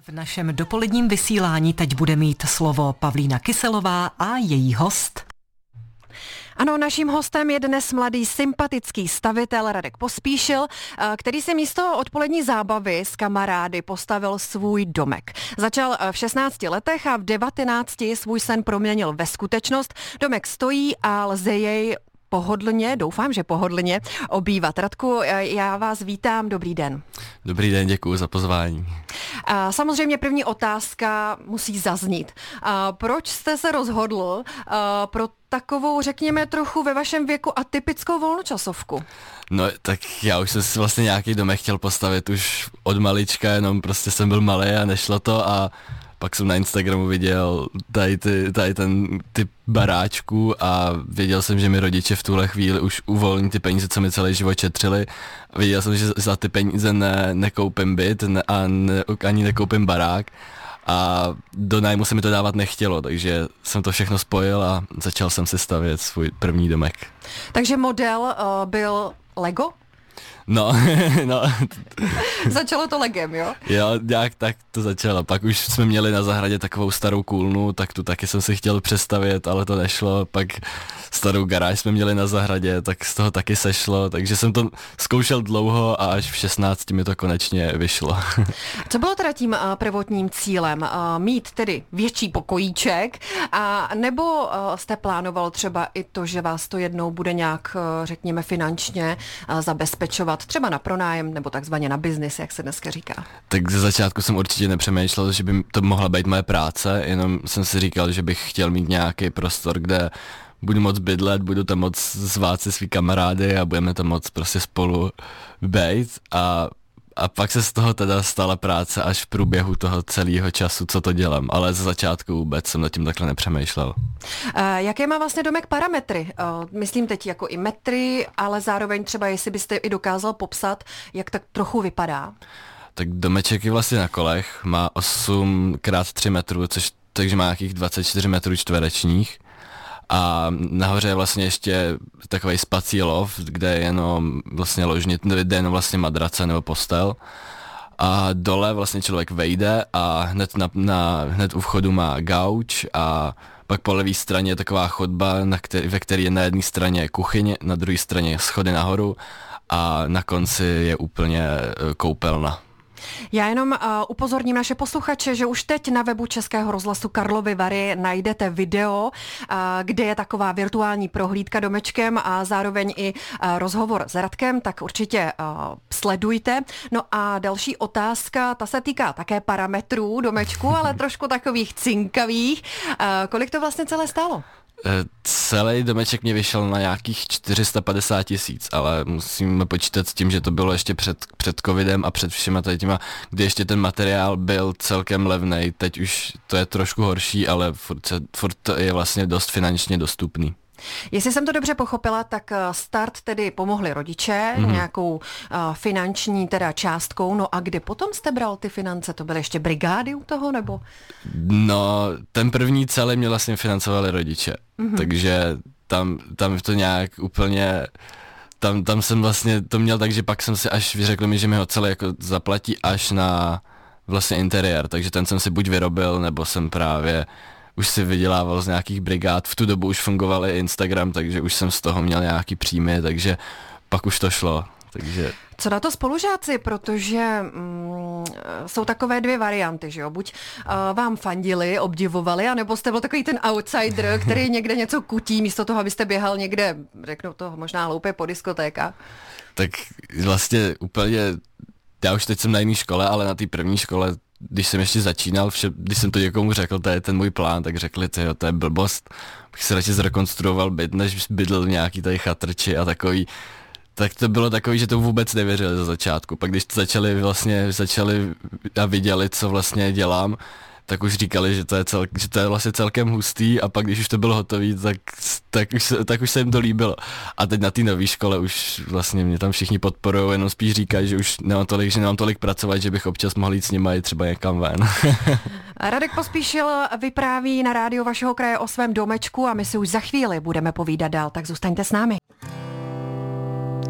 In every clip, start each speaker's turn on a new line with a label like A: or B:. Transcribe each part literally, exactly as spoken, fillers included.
A: V našem dopoledním vysílání teď bude mít slovo Pavlína Kyselová a její host.
B: Ano, naším hostem je dnes mladý sympatický stavitel Radek Pospíšil, který si místo odpolední zábavy s kamarády postavil svůj domek. Začal v šestnácti letech a v devatenácti svůj sen proměnil ve skutečnost. Domek stojí a lze jej pohodlně, doufám, že pohodlně, obývat. Radku, já vás vítám, dobrý den.
C: Dobrý den, děkuji za pozvání.
B: A samozřejmě první otázka musí zaznít. A proč jste se rozhodl a pro takovou, řekněme, trochu ve vašem věku atypickou volnočasovku?
C: No, tak já už jsem si vlastně nějaký domek chtěl postavit už od malička, jenom prostě jsem byl malý a nešlo to a pak jsem na Instagramu viděl tady, ty, tady ten typ baráčku a věděl jsem, že mi rodiče v tuhle chvíli už uvolní ty peníze, co mi celý život šetřili. Věděl jsem, že za ty peníze ne, nekoupím byt ne, a ne, ani nekoupím barák a do nájmu se mi to dávat nechtělo, takže jsem to všechno spojil a začal jsem si stavět svůj první domek.
B: Takže model uh, byl Lego?
C: No, no.
B: Začalo to legem, jo?
C: Jo, nějak tak to začalo. Pak už jsme měli na zahradě takovou starou kůlnu, tak tu taky jsem si chtěl přestavět, ale to nešlo. Pak starou garáž jsme měli na zahradě, tak z toho taky sešlo. Takže jsem to zkoušel dlouho a až v šestnácti mi to konečně vyšlo.
B: Co bylo teda tím uh, prvotním cílem? Uh, mít tedy větší pokojíček, a nebo uh, jste plánoval třeba i to, že vás to jednou bude nějak, uh, řekněme, finančně uh, zabezpečovat, třeba na pronájem nebo takzvaně na biznis, jak se dneska říká? Tak
C: ze začátku jsem určitě nepřemýšlel, že by to mohla být moje práce, jenom jsem si říkal, že bych chtěl mít nějaký prostor, kde budu moc bydlet, budu tam moc zvát si svý kamarády a budeme tam moc prostě spolu bejt a A pak se z toho teda stala práce až v průběhu toho celého času, co to dělám, ale ze začátku vůbec jsem nad tím takhle nepřemýšlel.
B: Uh, jaké má vlastně domek parametry? Uh, myslím teď jako i metry, ale zároveň třeba jestli byste i dokázal popsat, jak tak trochu vypadá.
C: Tak domeček je vlastně na kolech, má osm krát tři metrů, což takže má nějakých dvacet čtyři metrů čtverečních. A nahoře je vlastně ještě takový spací loft, kde je jenom vlastně ložně, kde je jenom vlastně madrace nebo postel. A dole vlastně člověk vejde a hned, na, na, hned u vchodu má gauč a pak po levé straně je taková chodba, na který, ve které je na jedné straně kuchyně, na druhé straně schody nahoru a na konci je úplně koupelna.
B: Já jenom uh, upozorním naše posluchače, že už teď na webu Českého rozhlasu Karlovy Vary najdete video, uh, kde je taková virtuální prohlídka domečkem a zároveň i uh, rozhovor s Radkem, tak určitě uh, sledujte. No a další otázka, ta se týká také parametrů domečku, ale trošku takových cinkavých. Uh, kolik to vlastně celé stálo?
C: Celý domeček mě vyšel na nějakých čtyři sta padesát tisíc, ale musíme počítat s tím, že to bylo ještě před, před covidem a před všema tady těma, kdy ještě ten materiál byl celkem levnej. Teď už to je trošku horší, ale furt, furt je vlastně dost finančně dostupný.
B: Jestli jsem to dobře pochopila, tak start tedy pomohli rodiče mm. nějakou uh, finanční teda částkou, no a kde potom jste bral ty finance? To byly ještě brigády u toho, nebo?
C: No, ten první celý mě vlastně financovali rodiče, mm-hmm. takže tam, tam to nějak úplně, tam, tam jsem vlastně to měl tak, že pak jsem si až vyřekl mi, že mi ho celé jako zaplatí až na vlastně interiér, takže ten jsem si buď vyrobil, nebo jsem právě už si vydělával z nějakých brigád. V tu dobu už fungoval i Instagram, takže už jsem z toho měl nějaký příjmy, takže pak už to šlo. Takže...
B: Co na to spolužáci, protože mm, jsou takové dvě varianty, že jo? Buď uh, vám fandili, obdivovali, anebo jste byl takový ten outsider, který někde něco kutí, místo toho, abyste běhal někde, řeknu to možná hloupě, po diskotékách.
C: Tak vlastně úplně, já už teď jsem na jiné škole, ale na té první škole, když jsem ještě začínal, vše, když jsem to někomu řekl, to je ten můj plán, tak řekli, tyjo, to je blbost, bych se radši zrekonstruoval byt, než bydlel v nějaký tady chatrči a takový. Tak to bylo takový, že to vůbec nevěřili za začátku. Pak když začali vlastně, začali a viděli, co vlastně dělám, tak už říkali, že to je, cel, že to je vlastně celkem hustý a pak když už to bylo hotový, tak, tak, už, tak už se jim to líbilo. A teď na té nové škole už vlastně mě tam všichni podporujou, jenom spíš říkají, že už nemám tolik, že nemám tolik pracovat, že bych občas mohl jít s nima i třeba někam ven.
B: Radek Pospíšil vypráví na rádiu vašeho kraje o svém domečku a my si už za chvíli budeme povídat dál, tak zůstaňte s námi.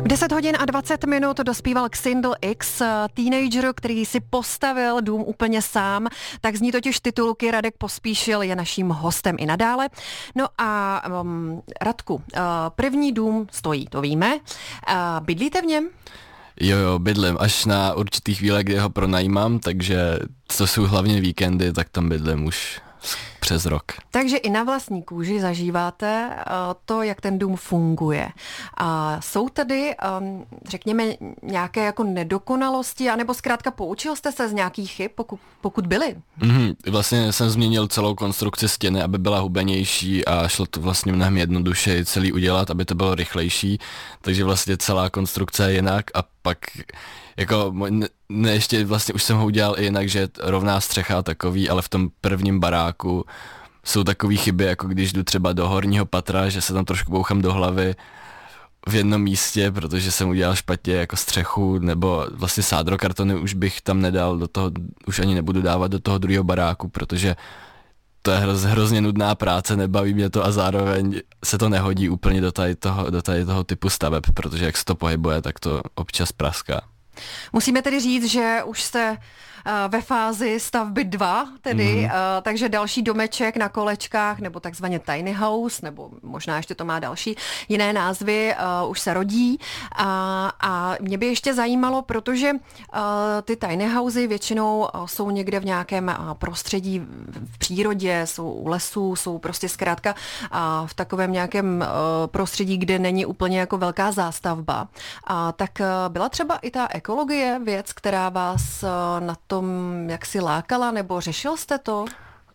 B: V deset hodin a dvacet minut dospíval Xindl X, teenager, který si postavil dům úplně sám. Tak zní totiž titulky. Radek Pospíšil je naším hostem i nadále. No a um, Radku, uh, první dům stojí, to víme. Uh, bydlíte v něm?
C: Jo, jo, bydlím až na určitý chvíle, kdy ho pronajímám, takže to jsou hlavně víkendy, tak tam bydlím už přes rok.
B: Takže i na vlastní kůži zažíváte to, jak ten dům funguje. A jsou tady, řekněme, nějaké jako nedokonalosti, anebo zkrátka poučil jste se z nějakých chyb, pokud, pokud byly?
C: Mm-hmm. Vlastně jsem změnil celou konstrukci stěny, aby byla hubenější a šlo to vlastně mnohem jednodušeji celý udělat, aby to bylo rychlejší. Takže vlastně celá konstrukce je jinak a pak jako ne, ještě vlastně už jsem ho udělal i jinak, že je rovná střecha takový, ale v tom prvním baráku jsou takové chyby, jako když jdu třeba do horního patra, že se tam trošku bouchám do hlavy v jednom místě, protože jsem udělal špatně jako střechu, nebo vlastně sádrokartony už bych tam nedal do toho, už ani nebudu dávat do toho druhého baráku, protože to je hroz, hrozně nudná práce, nebaví mě to a zároveň se to nehodí úplně do tady toho, do tady toho typu staveb, protože jak se to pohybuje, tak to občas praská.
B: Musíme tedy říct, že už jste ve fázi stavby dva, tedy, mm-hmm. takže další domeček na kolečkách, nebo takzvaně tiny house, nebo možná ještě to má další jiné názvy, uh, už se rodí. A, a mě by ještě zajímalo, protože uh, ty tiny housey většinou uh, jsou někde v nějakém uh, prostředí v přírodě, jsou u lesů, jsou prostě zkrátka uh, v takovém nějakém uh, prostředí, kde není úplně jako velká zástavba. Uh, tak uh, byla třeba i ta ekologie věc, která vás uh, na tom jak si lákala, nebo řešil jste to?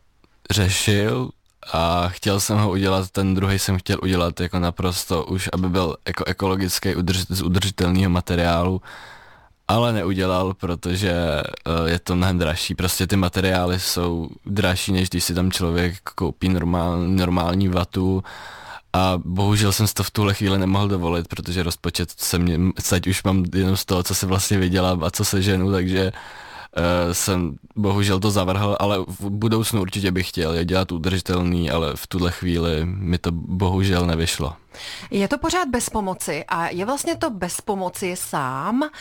C: Řešil a chtěl jsem ho udělat, ten druhý jsem chtěl udělat jako naprosto už, aby byl jako ekologický udrž, z udržitelného materiálu, ale neudělal, protože uh, je to mnohem dražší. Prostě ty materiály jsou dražší, než když si tam člověk koupí normál, normální vatu. A bohužel jsem si to v tuhle chvíli nemohl dovolit, protože rozpočet se mě, teď už mám jenom z toho, co se vlastně vydělám a co se ženu, takže Uh, jsem bohužel to zavrhl, ale v budoucnu určitě bych chtěl je dělat udržitelný, ale v tuhle chvíli mi to bohužel nevyšlo.
B: Je to pořád bez pomoci a je vlastně to bez pomoci sám uh,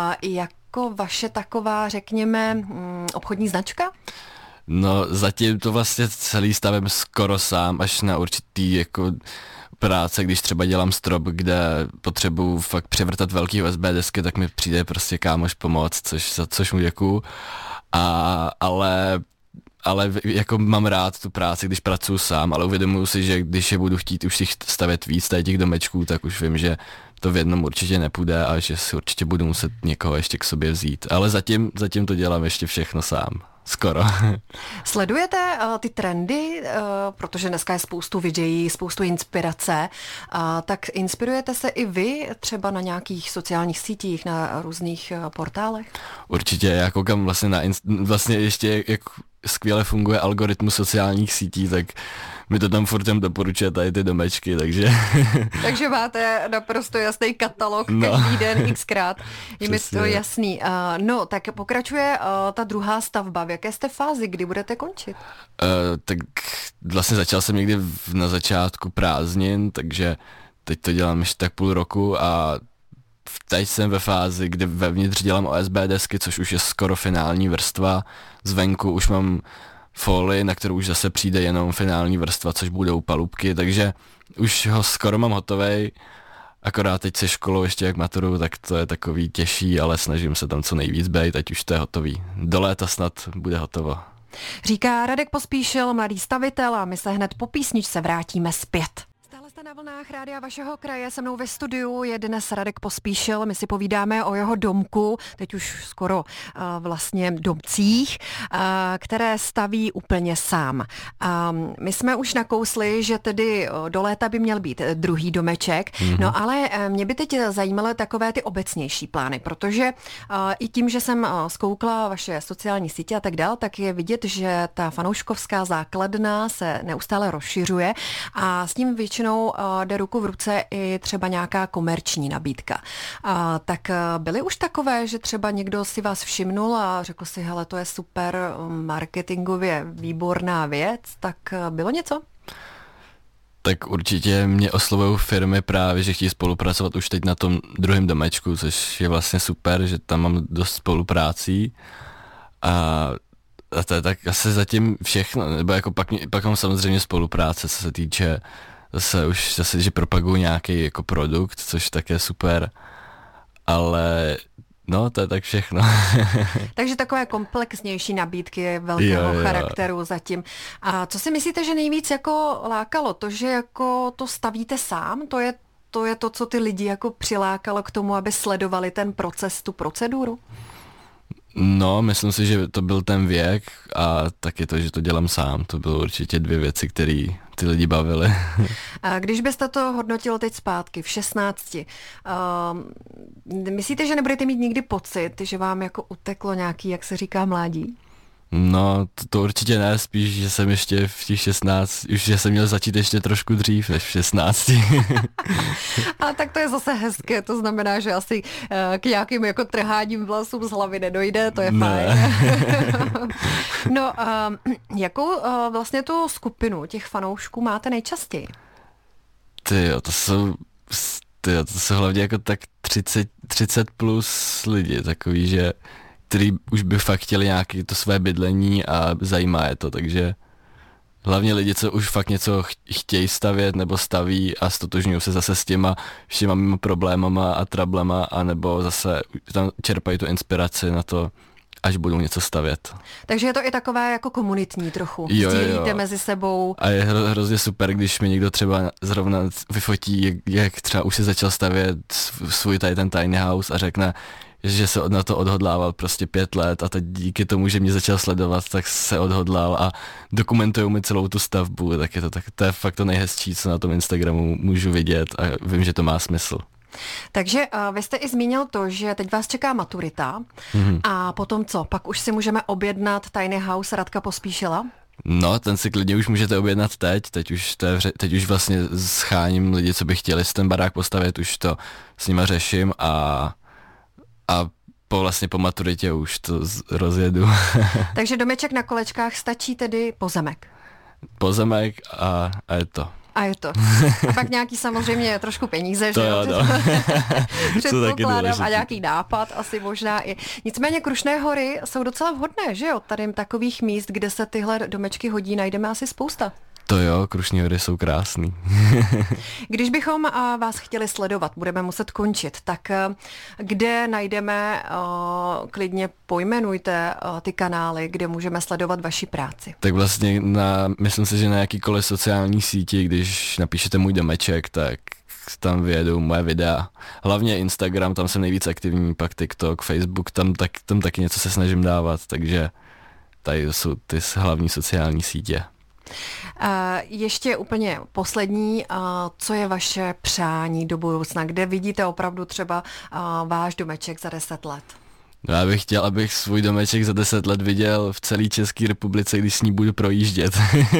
B: jako vaše taková, řekněme, um, obchodní značka?
C: No zatím to vlastně celý stavím skoro sám, až na určitý jako práce, když třeba dělám strop, kde potřebuju fakt převrtat velký U S B desky, tak mi přijde prostě kámoš pomoct, což, za což mu děkuju. A, ale, ale jako mám rád tu práci, když pracuji sám, ale uvědomuji si, že když je budu chtít už si stavět víc tady těch domečků, tak už vím, že to v jednom určitě nepůjde a že si určitě budu muset někoho ještě k sobě vzít. Ale zatím, zatím to dělám ještě všechno sám. Skoro.
B: Sledujete uh, ty trendy, uh, protože dneska je spoustu videí, spoustu inspirace, uh, tak inspirujete se i vy třeba na nějakých sociálních sítích, na různých uh, portálech?
C: Určitě, já koukám vlastně na, inst- vlastně ještě jak skvěle funguje algoritmus sociálních sítí, tak mi to tam furt doporučuje tady ty domečky, takže...
B: Takže máte naprosto jasný katalog
C: no.
B: každý den xkrát. Je mi to jasný. Uh, no, tak pokračuje uh, ta druhá stavba. V jaké jste fázi, kdy budete končit?
C: Uh, tak vlastně začal jsem někdy v, na začátku prázdnin, takže teď to dělám ještě tak půl roku a teď jsem ve fázi, kdy vevnitř dělám O S B desky, což už je skoro finální vrstva. Zvenku už mám folii, na kterou už zase přijde jenom finální vrstva, což budou palubky, takže už ho skoro mám hotovej, akorát teď se školou ještě jak maturu, tak to je takový těžší, ale snažím se tam co nejvíc být, teď už to je hotový. Do léta snad bude hotovo.
B: Říká Radek Pospíšil, mladý stavitel, a my se hned po písničce vrátíme zpět. Jste na vlnách rádia vašeho kraje, se mnou ve studiu je dnes Radek Pospíšil, my si povídáme o jeho domku, teď už skoro uh, vlastně domcích, uh, které staví úplně sám. Um, my jsme už nakousli, že tedy uh, do léta by měl být druhý domeček, mm-hmm. no ale uh, mě by teď zajímaly takové ty obecnější plány, protože uh, i tím, že jsem uh, zkoukla vaše sociální sítě a tak dál, tak je vidět, že ta fanouškovská základna se neustále rozšiřuje a s tím většinou jde ruku v ruce i třeba nějaká komerční nabídka. A, tak byly už takové, že třeba někdo si vás všimnul a řekl si, hele, to je super marketingově výborná věc, tak bylo něco?
C: Tak určitě mě oslovují firmy právě, že chtějí spolupracovat už teď na tom druhém domečku, což je vlastně super, že tam mám dost spoluprácí. A, a to je tak asi zatím všechno, nebo jako pak, pak mám samozřejmě spolupráce, co se týče zase už zase, že propaguju nějaký jako produkt, což tak je super, ale no, to je tak všechno.
B: Takže takové komplexnější nabídky velkého jo, jo. charakteru zatím. A co si myslíte, že nejvíc jako lákalo? To, že jako to stavíte sám, to je to, je to co ty lidi jako přilákalo k tomu, aby sledovali ten proces, tu proceduru?
C: No, myslím si, že to byl ten věk a taky to, že to dělám sám. To bylo určitě dvě věci, které ty lidi bavily.
B: A když byste to hodnotil teď zpátky v šestnácti, uh, myslíte, že nebudete mít nikdy pocit, že vám jako uteklo nějaký, jak se říká, mládí?
C: No, to, to určitě ne, spíš, že jsem ještě v těch šestnácti, už že jsem měl začít ještě trošku dřív než v šestnácti.
B: A tak to je zase hezké, to znamená, že asi uh, k nějakým jako trháním vlasům z hlavy nedojde, to je fajn. No, uh, jakou uh, vlastně tu skupinu těch fanoušků máte nejčastěji?
C: Tyjo, to jsou, tyjo, to jsou hlavně jako tak třicet, třicet plus lidi, takový, že který už by fakt chtěli nějaké to své bydlení a zajímá je to, takže hlavně lidi, co už fakt něco chtějí stavět nebo staví a stotožňují se zase s těma všema mimo problémama a trablema, anebo zase tam čerpají tu inspiraci na to, až budou něco stavět.
B: Takže je to i takové jako komunitní trochu.
C: Jo,
B: Sdílíte
C: jo.
B: mezi sebou.
C: A je hro, hrozně super, když mi někdo třeba zrovna vyfotí, jak, jak třeba už se začal stavět svůj tady ten tiny house a řekne, že se na to odhodlával prostě pět let a teď díky tomu, že mě začal sledovat, tak se odhodlal a dokumentují mi celou tu stavbu, tak je to, tak, to je fakt to nejhezčí, co na tom Instagramu můžu vidět a vím, že to má smysl.
B: Takže uh, vy jste i zmínil to, že teď vás čeká maturita mm-hmm. a potom co? Pak už si můžeme objednat Tiny House Radka Pospíšila?
C: No, ten si klidně už můžete objednat teď, teď už, to je, teď už vlastně scháním lidi, co by chtěli si ten barák postavit, už to s nima řeším a a po vlastně po maturitě už to rozjedu.
B: Takže domeček na kolečkách stačí tedy pozemek.
C: Pozemek a, a je to.
B: A je to. A pak nějaký samozřejmě trošku peníze,
C: to
B: že
C: jo? No.
B: Předpokládám a nějaký nápad asi možná i. Nicméně Krušné hory jsou docela vhodné, že jo? Tady takových míst, kde se tyhle domečky hodí, najdeme asi spousta.
C: To jo, Krušní hory jsou krásný.
B: Když bychom vás chtěli sledovat, budeme muset končit, tak kde najdeme, klidně pojmenujte ty kanály, kde můžeme sledovat vaši práci?
C: Tak vlastně na, myslím si, že na jakýkoliv sociální síti, když napíšete můj domeček, tak tam vyjedou moje videa. Hlavně Instagram, tam jsem nejvíc aktivní, pak TikTok, Facebook, tam, tak, tam taky něco se snažím dávat, takže tady jsou ty hlavní sociální sítě.
B: Uh, ještě úplně poslední, uh, co je vaše přání do budoucna? Kde vidíte opravdu třeba uh, váš domeček za deset let?
C: No já bych chtěl, abych svůj domeček za deset let viděl v celé České republice, když s ní budu projíždět.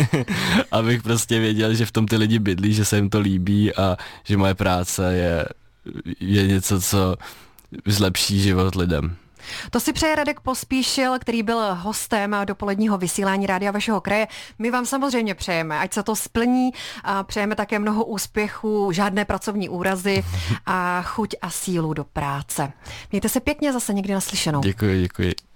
C: Abych prostě věděl, že v tom ty lidi bydlí, že se jim to líbí a že moje práce je, je něco, co zlepší život lidem.
B: To si přeje Radek Pospíšil, který byl hostem dopoledního vysílání Rádia vašeho kraje. My vám samozřejmě přejeme, ať se to splní a přejeme také mnoho úspěchů, žádné pracovní úrazy a chuť a sílu do práce. Mějte se pěkně, zase někdy naslyšenou.
C: Děkuji, děkuji.